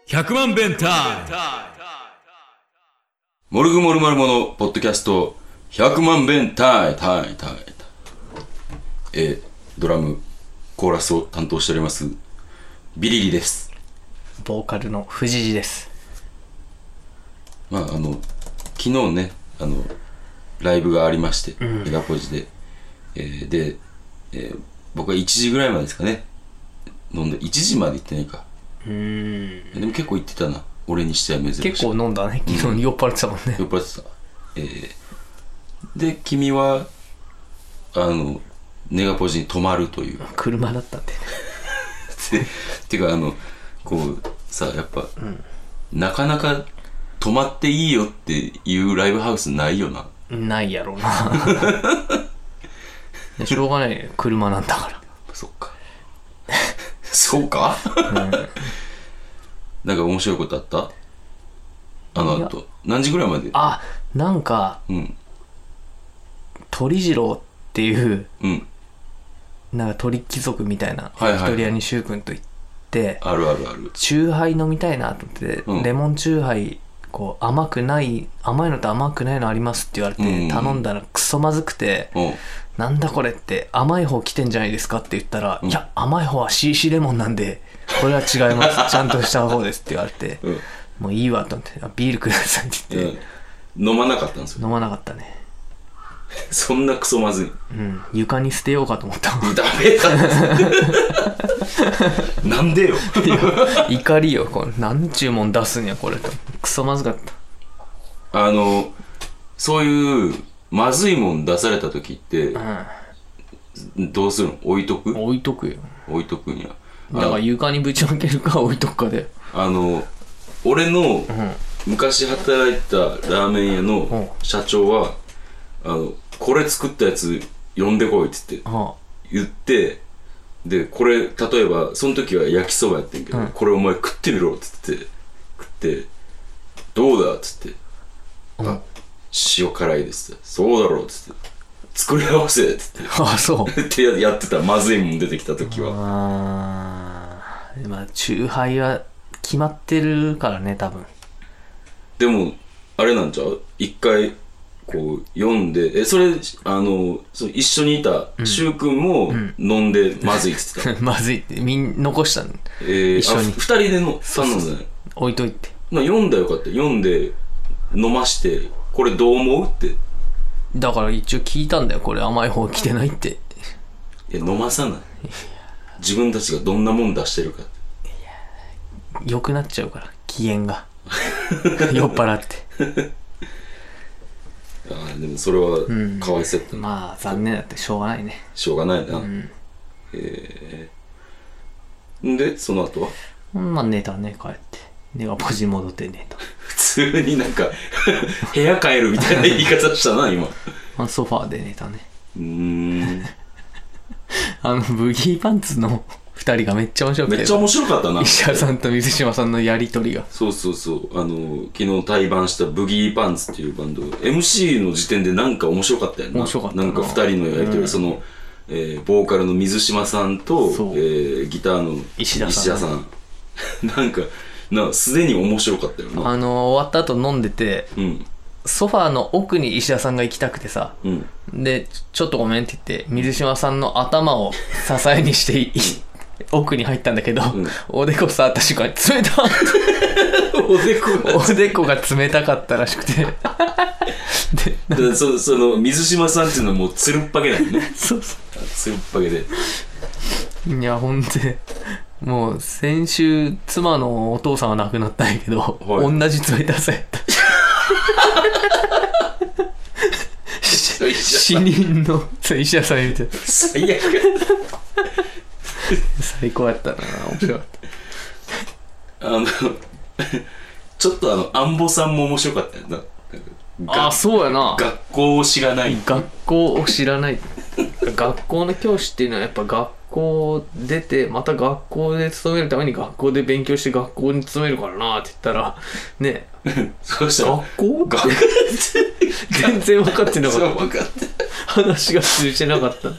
100万弁タイム。 モルグモルマルモのポッドキャスト100万弁タイドラムコーラスを担当しておりますビリリです。 ボーカルの藤次です。 まあ昨日ねライブがありまして、メガポジで、僕は1時ぐらいまでですかね飲んで、1時まで行ってないか。でも結構行ってたな、俺にしては珍しい。 結構飲んだね、昨日酔っ払ってたもんね。 酔っ払ってた。で君はネガポジに泊まるという車だったんでねてかこうさ、やっぱ、なかなか泊まっていいよっていうライブハウスないよな。 ないやろうなしょうがないね、車なんだからそっかそうか、なんか面白いことあった？あと何時ぐらいまで？ なんか、鳥次郎っていう、なんか鳥貴族みたいな焼き鳥屋にしゅうくんと行って、 あるチューハイ飲みたいなと思って、レモンチューハイこう甘いのと甘くないのありますって言われて、頼んだらクソまずくて、なんだこれって甘い方来てんじゃないですかって言ったら、いや甘い方は CC レモンなんでこれは違いますちゃんとした方ですって言われて、もういいわと思って、ビールくださいって言って、 飲まなかったんですよ。 飲まなかったねそんなクソまずい。 床に捨てようかと思ったもん。 ダメだなんでよ怒りよ、これ何注文出すんやこれと。クソまずかった。 そういうまずいもん出された時って、どうするの？置いとくよ。置いとくんや。 だから床にぶちまけるか置いとくかで。 俺の昔働いたラーメン屋の社長は、これ作ったやつ呼んでこいって言って、でこれ例えばその時は焼きそばやってんけど、これお前食ってみろって言って食ってどうだっつって、塩辛いですって、そうだろうっつって作り合わせっつってそうってやってた。まずいもん出てきた時はまあチューハイは決まってるからね多分。 でもあれなんちゃう、一回こう読んで、それ一緒にいたしゅうくんも飲んでまずいって言ってた、 まずいって残したの、一緒に 2人で頼んでない？ 置いといて、 読んだらよかった。読んで飲まして、これどう思うって。 だから一応聞いたんだよ、これ甘い方来てないって。 飲まさない。自分たちがどんなもん出してるかって。 良くなっちゃうから機嫌が酔っ払ってでもそれはかわいそうやった、 まあ残念だってしょうがないね。 しょうがないな。でその後はまあ寝たね、帰って寝がポジ戻って寝た。 普通になんか部屋帰るみたいな言い方したな今ソファーで寝たね。ブギーパンツの2人がめっちゃ面白くて、 めっちゃ面白かったな。 石田さんと水島さんのやりとりが。 そう昨日対バンしたブギーパンツっていうバンド MC の時点でなんか面白かったよな。 面白かったな。 なんか2人のやりとり、ボーカルの水島さんと、ギターの石田さんなんかすでに面白かったよな。 終わった後飲んでて、ソファーの奥に石田さんが行きたくてさ、でちょっとごめんって言って水島さんの頭を支えにして奥に入ったんだけど、おでこ触った瞬間に冷たおでこが冷たかったらしくてでその水島さんっていうのはもうつるっぱげだよねそうつるっぱげで。 いやほんでもう先週妻のお父さんは亡くなったんやけど、同じ冷たさやった死人の石田さん見て最悪最高やったな。面白かった。 ちょっとアンボさんも面白かったよな。 そうやな。 学校を知らない。 学校の教師っていうのはやっぱ学校出てまた学校で勤めるために学校で勉強して学校に勤めるからなって言ったらねそうしたら学校全然分かってなかった話が通じてなかった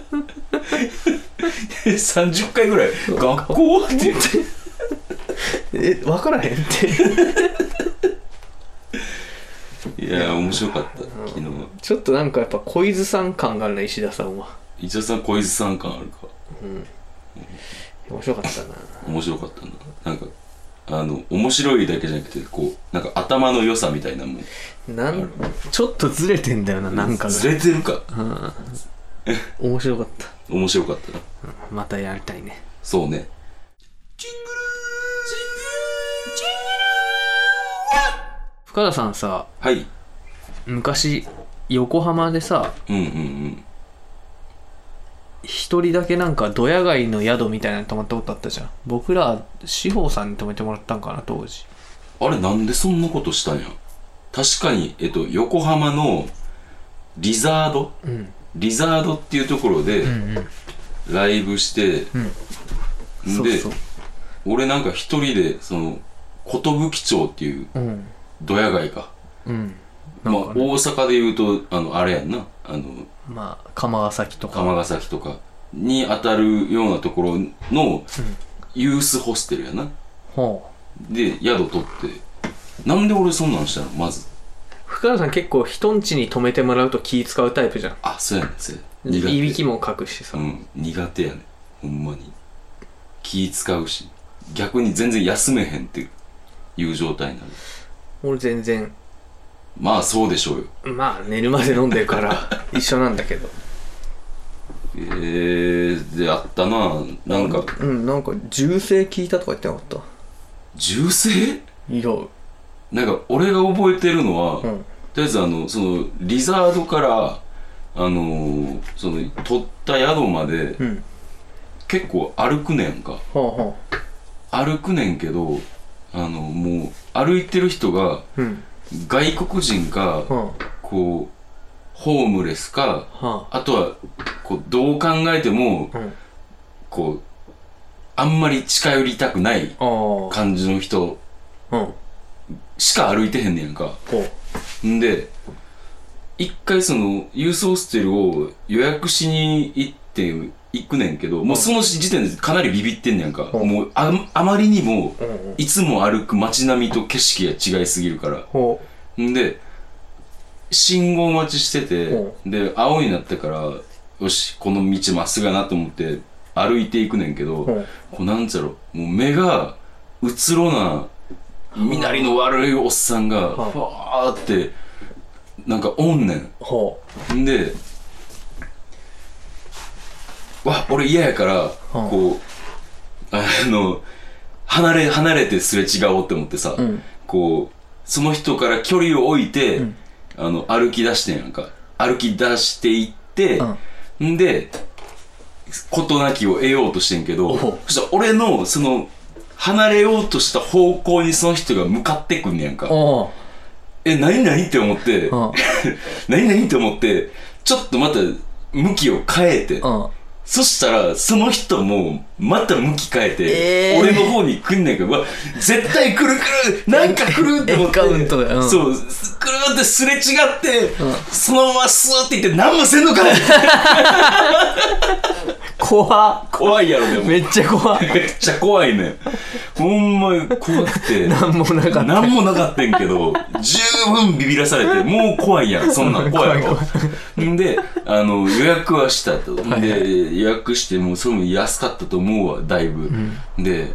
30回ぐらい学校って言って分からへんっていや面白かった、昨日。 ちょっとなんかやっぱ小泉さん感があるな、石田さんは。 石田さん小泉さん感あるか。 面白かったな。 面白かったな。なんか面白いだけじゃなくて、こうなんか頭の良さみたいなもんちょっとずれてんだよな、なんかがずれてるか。 面白かった。 面白かったな。 またやりたいね。 そうね。 深田さんさ、 はい。 昔横浜でさ、一人だけなんかドヤ街の宿みたいなの泊まったことあったじゃん。僕ら志保さんに泊めてもらったんかな、当時。 あれなんでそんなことしたんや。確かに横浜のリザード、リザードっていうところでライブして、で俺なんか一人でその寿町っていうドヤ街か、まあ大阪でいうとあれやんな、 まあ釜ヶ崎とかに当たるようなところのユースホステルやな、で宿取って。なんで俺そんなんしたの。まず深田さん結構人ん家に泊めてもらうと気使うタイプじゃん。 あ、そうやねん、そうやねん。 いびきもかくしさ。 苦手やねん、ほんまに。気使うし、逆に全然休めへんっていう状態になる。 俺全然。 まあそうでしょうよ。 まあ寝るまで飲んでるから一緒なんだけど。 であったな。なんかなんか銃声聞いたとか言ってなかった。 銃声？ いや、 なんか俺が覚えてるのは、とりあえずそのリザードからその取った宿まで、結構歩くねんか、歩くねんけどもう歩いてる人が、外国人か、こうホームレスか、あとはこうどう考えても、こうあんまり近寄りたくない感じの人しか歩いてへんねやんか。んで一回そのユースホステルを予約しに行くねんけど、もうその時点でかなりビビってんねやんか。もうあまりにもいつも歩く街並みと景色が違いすぎるから。んで信号待ちしてて、で青になってからよしこの道まっすぐやなと思って歩いていくねんけど、こうなんちゃろ、もう目がうつろな身なりの悪いおっさんがふわーってなんかおんねん。で俺嫌やから、こう離れてすれ違おうって思ってさ、こうその人から距離を置いて、歩き出してんやんか。歩き出していって、んで事なきを得ようとしてんけど、そしたら俺のその離れようとした方向にその人が向かってくんねやんか。何って思って何って思って、ちょっとまた向きを変えて、そしたらその人もまた向き変えて、俺の方に来んねんけど、絶対来るなんか来るって思って、そう来るってすれ違って、そのままスーって言って何もせんのかい怖いやろ。でもめっちゃ怖い。 めっちゃ怖いねん、ほんま怖くて何もなかったんけど、十分ビビらされて、もう怖いやん、そんなん怖いやろ。んで予約はしたと。で予約してもそれも安かったと思うわ、だいぶ。で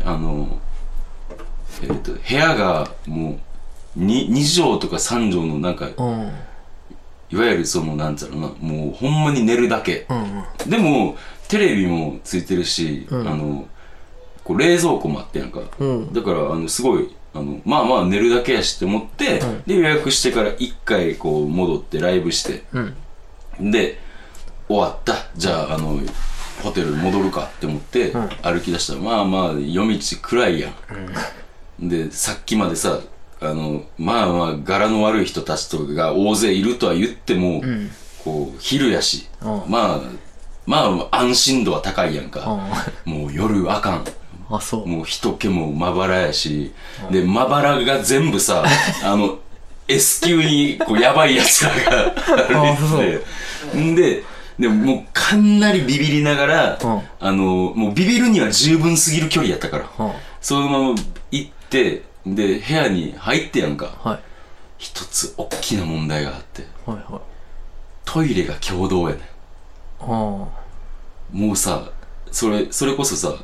部屋がもう2畳とか3畳のなんか、いわゆるそのなんつうのな、もうほんまに寝るだけ、でもテレビもついてるし、こう冷蔵庫もあってやんか、だからすごいまあまあ寝るだけやしって思って、で予約してから1回こう戻ってライブして、で終わった、じゃあホテルに戻るかって思って歩き出したら、まあまあ夜道暗いやん、でさっきまでさまあまあ柄の悪い人たちとかが大勢いるとは言っても、こう昼やし、まあ安心度は高いやんか。もう夜あかん。もう人気もまばらやし、でまばらが全部さS 級にこうヤバいやつらが歩いてて、でももうかなりビビりながら、もうビビるには十分すぎる距離やったから、そのまま行っで部屋に入ってやんか、 はい、 一つ大きな問題があって、 はいはい、 トイレが共同やねん。もうさ、それこそさ、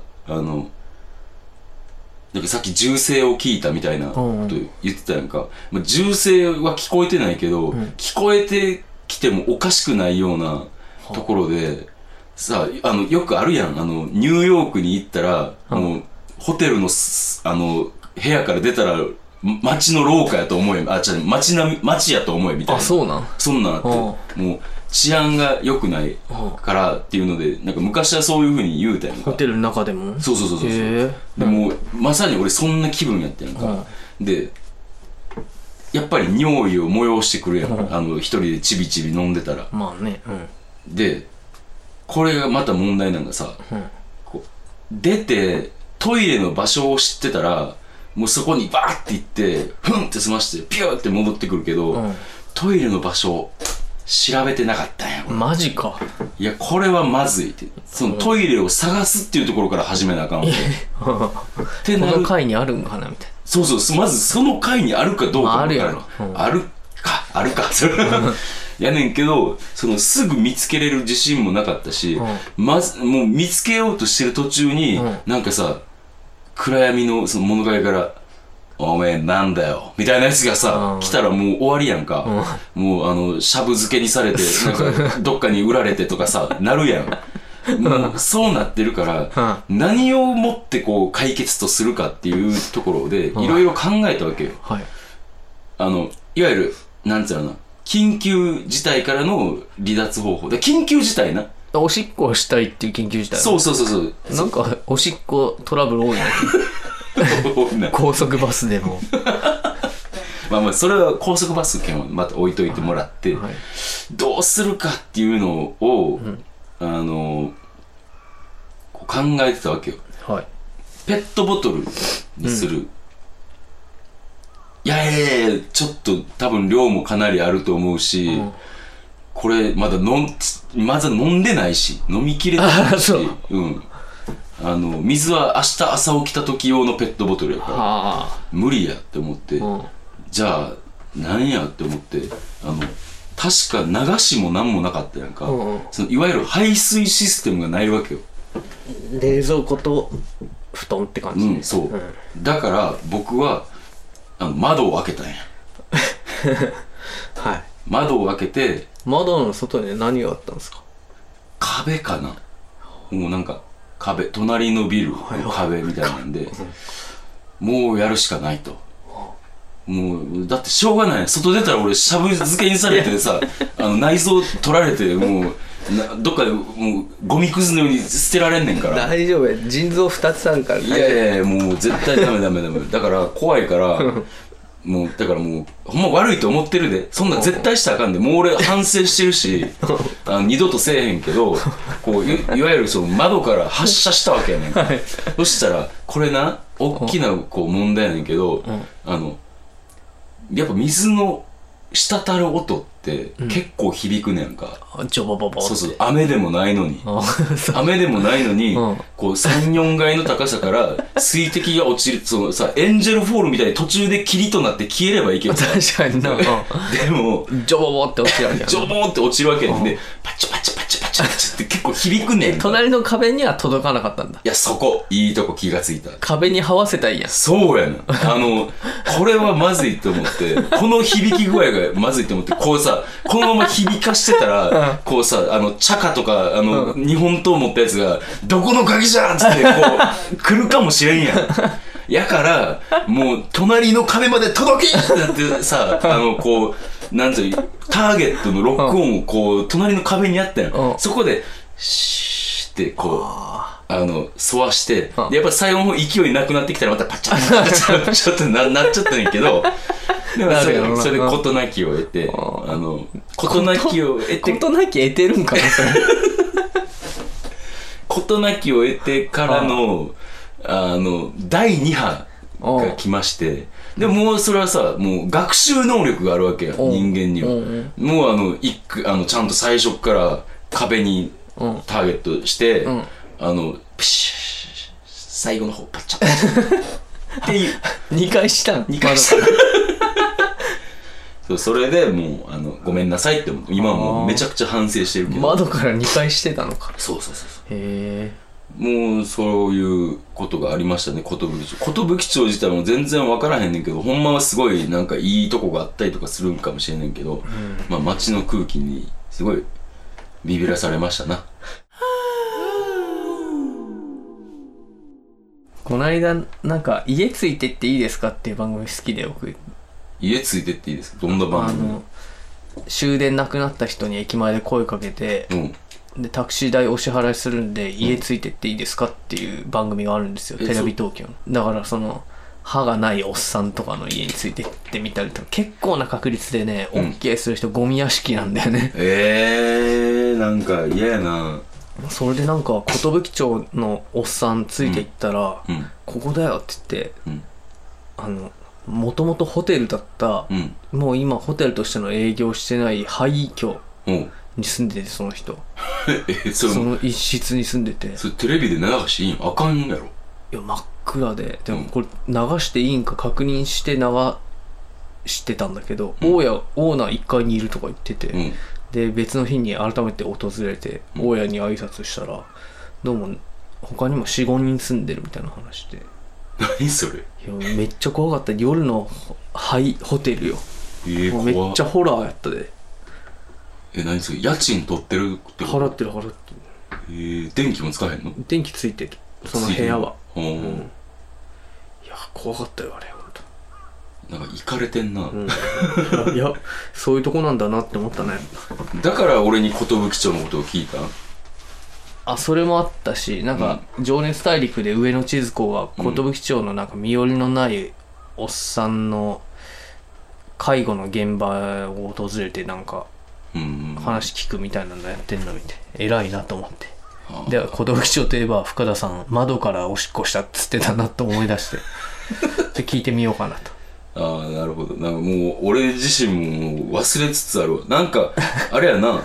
なんかさっき銃声を聞いたみたいなこと言ってたやんか、まあ、銃声は聞こえてないけど、聞こえてきてもおかしくないようなところでさ、よくあるやん、ニューヨークに行ったら、ホテルの部屋から出たら街の廊下やと思え、街やと思えみたいな。 あ、そうなん。 そんなんあって、もう治安が良くないからっていうので、なんか昔はそういう風に言うたやんか。 ホテルの中でも。 そうでもまさに俺そんな気分やったやんか。でやっぱり尿意を催してくるやん、一人でちびちび飲んでたら。 まあね、 でこれがまた問題なんかさ、こう出てトイレの場所を知ってたらもうそこにバーって行ってふんって済ましてピューって戻ってくるけど、トイレの場所を調べてなかったんや。 マジか。 いやこれはまずいって、そのトイレを探すっていうところから始めなあかんわけってなる。この階にあるんかなみたいな。 そうまずその階にあるかどうかあるやろ、 あるかそれやねんけど、すぐ見つけれる自信もなかったし、まずもう見つけようとしてる途中に、なんかさ暗闇のその物陰から「おめえなんだよ」みたいなやつがさ、来たらもう終わりやんか、もうしゃぶ漬けにされてなんかどっかに売られてとかさなるやん。もうそうなってるから、何をもってこう解決とするかっていうところでいろいろ考えたわけよ。いわゆるなんつうのな、緊急事態からの離脱方法で、緊急事態な、 おしっこをしたいっていう緊急事態。 そうなんかおしっこトラブル多いな高速バスでもまあそれは高速バス券をまた置いといてもらって、どうするかっていうのを、こう考えてたわけよ。ペットボトルにする、いやちょっと多分量もかなりあると思うし、これまだ飲んでないし飲みきれてないし、水は明日朝起きた時用のペットボトルやから無理やって思って、じゃあ何やって思って、確か流しも何もなかったやんか、そのいわゆる排水システムがないわけよ。 冷蔵庫と布団って感じ、 そう、だから僕は窓を開けたんや窓を開けて、 窓の外に何があったんですか？ 壁かな、もうなんか隣のビルの壁みたいなんで、もうやるしかないと。もうだってしょうがない、外出たら俺しゃぶ漬けにされてさ内臓取られて、もうどっかでもうゴミくずのように捨てられんねんから。 大丈夫や、腎臓2つあるから。 いやもう絶対ダメだから怖いからもうだからもうほんま悪いと思ってるで、そんな絶対したらあかんで、もう俺反省してるし二度とせえへんけど、こういわゆるその窓から発射したわけやねんか、そしたらこれな大きなこう問題やねんけど、やっぱ水の滴る音って結構響くねんか、 ジョボボボって。 そう雨でもないのに雨でもないのに、こう 3,4 階の高さから水滴が落ちる、そのさエンジェルフォールみたいに途中で霧となって消えればいいけど確かになでもジョボボって落ちるわけやジョボって落ちるわけなんで、パチパチパチパチパチって結構響くねん。 隣の壁には届かなかったんだ。 いやそこいいとこ気がついた。 壁に這わせたらいいやん。 そうやな、これはまずいと思ってこの響き具合がまずいと思って、こうさこのまま響かしてたらこうさチャカとか日本刀持ったやつがどこの鍵じゃんっつってこう来るかもしれんやんやからもう隣の壁まで届けってなってさこうなんていうターゲットのロックオンをこう隣の壁にやったやん。そこでシーってこうそわして、でやっぱ最後の方勢いなくなってきたらまたパチャッパチャッちょっとなっちゃったんやけどでもそれ事なきを得て、事なきを得て、 事なき得てるんかなそれ事なきを得てからの第2波が来まして、でもうそれはさもう学習能力があるわけや人間には。もうちゃんと最初から壁にターゲットして、ピシッ最後の方パッチャッっていう 2回したの 2回したそう、それでもうごめんなさいって今はもうめちゃくちゃ反省してるけど、 窓から2回してたのか。 そうそうそうそう、 へえ。 もうそういうことがありましたね。寿町自体も全然分からへんねんけど、ほんまはすごいなんかいいとこがあったりとかするんかもしれないけど、まあ街の空気にすごいビビらされましたな。 こないだなんか家ついてっていいですかっていう番組好きで、僕。 家ついてっていいですか？どんな番組？ 終電なくなった人に駅前で声かけて、でタクシー代お支払いするんで家ついてっていいですかっていう番組があるんですよ、テレビ東京の。だからその歯がないおっさんとかの家についてってみたりとか、結構な確率でね、OK する人ゴミ屋敷なんだよね。 なんか嫌やな。 それでなんか寿町のおっさんついていったら、ここだよって言って、もともとホテルだった、もう今ホテルとしての営業してない廃墟に住んでて、その人その一室に住んでて、 それテレビで流していいん？あかんやろ。 いや真っ暗で、でもこれ流していいんか確認して流してたんだけど、オーナー1階にいるとか言ってて、で別の日に改めて訪れて大家に挨拶したら、どうも他にも 4,5 人住んでるみたいな話で。 何それ？ いやめっちゃ怖かった。夜のホテルよ。めっちゃホラーやったで。 何それ？家賃取ってるってこと？ 払ってる。 電気もつかへんの？ 電気ついてる、その部屋は。いや怖かったよあれ。 なんかイカれてんな、 いやそういうとこなんだなって思ったね。 だから俺に寿町のことを聞いた。 それもあったし、なんか、情熱大陸で上野千鶴子が寿町のなんか身寄りのないおっさんの介護の現場を訪れてなんか話聞くみたいなのやってんの見て偉いなと思って、で寿町といえば深田さん窓からおしっこしたっつってたなと思い出してで聞いてみようかなと。 なるほど。なんかもう俺自身も忘れつつあるわ。なんかあれやな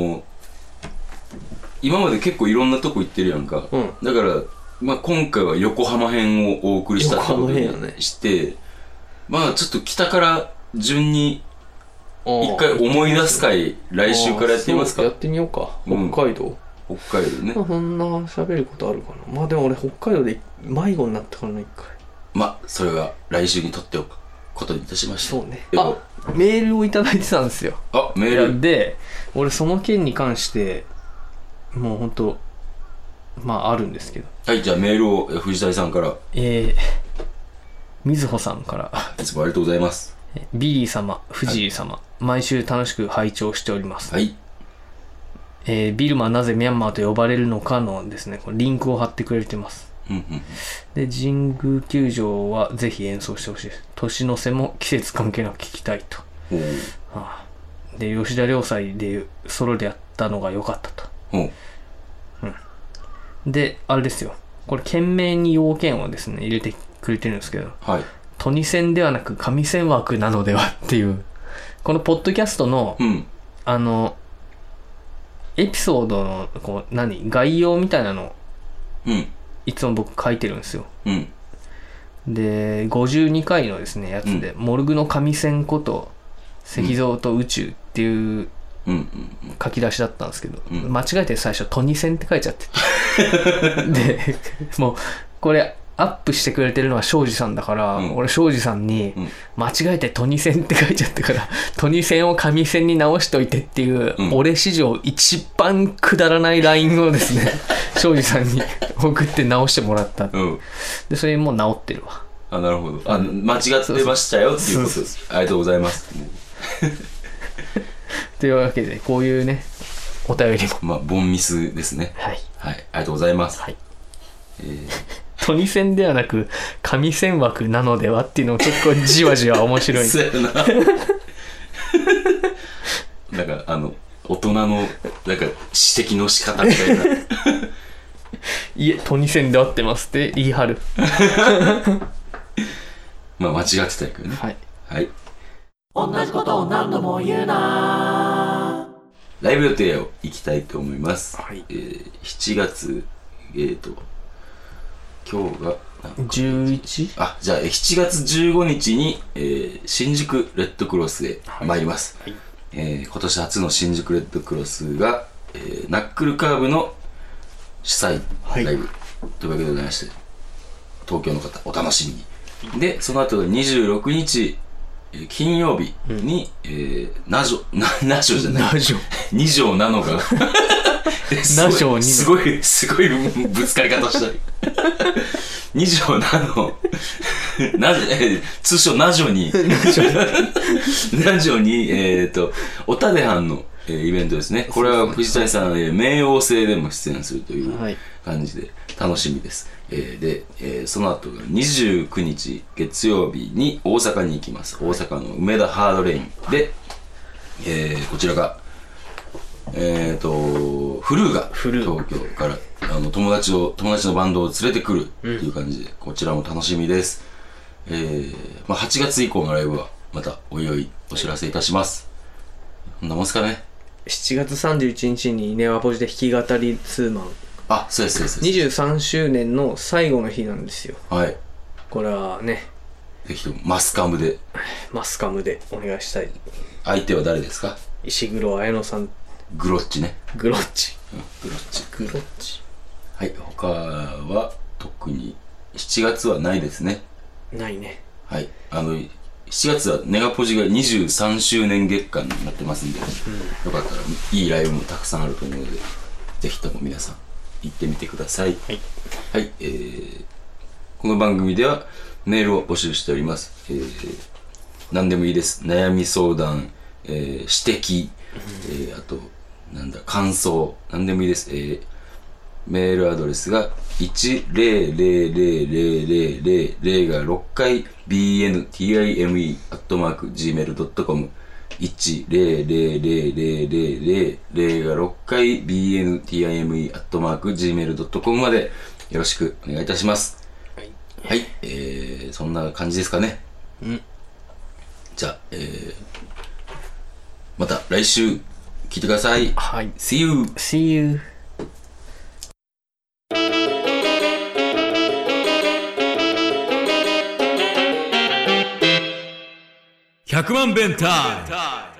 今まで結構いろんなとこ行ってるやんか、だから、まあ、今回は横浜編をお送りしたってことにして、まあちょっと北から順に一回思い出す回来週からやってみますか。 やってみようか。北海道ね。そんな喋ることあるかな。まあでも俺北海道で迷子になったからね、一回。 まあそれは来週にとっておくことにいたしました。 そうね。メールをいただいてたんですよ。 メールで、俺その件に関してもうほんとまああるんですけど。 はい、じゃあメールを藤谷さんから。 みずほさんからいつもありがとうございます。 ビリー様、藤井様、毎週楽しく拝聴しております。 はい。 ビルマなぜミャンマーと呼ばれるのかのですね、これリンクを貼ってくれてます。で、神宮球場はぜひ演奏してほしいです。年の瀬も季節関係なく聴きたいと。で、吉田良斎でソロでやったのが良かったと。で、あれですよ。これ、懸命に要件をですね、入れてくれてるんですけど、トニセンではなく紙線枠なのではっていう、このポッドキャストの、エピソードの、概要みたいなのを、いつも僕書いてるんですよ。で、52回のですね、やつで、モルグの紙線こと石像と宇宙っていう書き出しだったんですけど、間違えて最初トニ線って書いちゃっててで、もうこれアップしてくれてるのは庄司さんだから、俺庄司さんに間違えてトニ線って書いちゃったから、トニ線を紙線に直しといてっていう、俺史上一番くだらない LINE をですね庄司さんに送って直してもらった、でそれもう直ってるわ。 なるほど。間違ってましたよっていうことです。ありがとうございますというわけで、こういうね、お便りも。 ボンミスですね。はい。ありがとうございます。 トニ線ではなく、紙線枠なのではっていうのも結構じわじわ面白い。 そうやな。なんか、大人の、なんか、指摘の仕方みたいな。 いえ、トニ線で合ってますって言い張る。 間違ってたけどね。はい。 同じことを何度も言うな。 ライブ予定を行きたいと思います。7月、 今日が 11？ あ、じゃあ7月15日に、新宿レッドクロスへ参ります、はい、今年初の新宿レッドクロスが、ナックルカーブの主催ライブ、はい、というわけでございまして、東京の方お楽しみに。でその後が26日金曜日に、ナジョじゃない二条なのがすごいぶつかり方した二条なの通称ナジョにおたではんのイベントですね。これは藤谷さん冥王星でも出演するという感じで楽しみです、で、その後が29日月曜日に大阪に行きます。大阪の梅田ハードレインで、こちらがフルーが東京から友達のバンドを連れてくるっていう感じで、こちらも楽しみです。8月以降のライブはまたおいおいお知らせいたします。こんなもんすかね。 7月31日にネワポジで弾き語りツーマン、 あ、そうです 23周年の最後の日なんですよ。 はい、 これはね、 ぜひともマスカムでお願いしたい。 相手は誰ですか？ 石黒彩乃さん。 グロッチね。 グロッチ。 はい、他は特に7月はないですね。 ないね。 はい、7月はネガポジが23周年月間になってますんで、よかったらいいライブもたくさんあると思うので、ぜひとも皆さん行ってみてください。はい、この番組ではメールを募集しております。何でもいいです。悩み相談、指摘、あと感想、何でもいいです。メールアドレスが1000000が6回 bntime@gmail.com 1000000が6回 bntime@gmail.com までよろしくお願いいたします。はい、そんな感じですかね。じゃあ、また来週聞いてください。 はい。 See you. 100万弁タイム。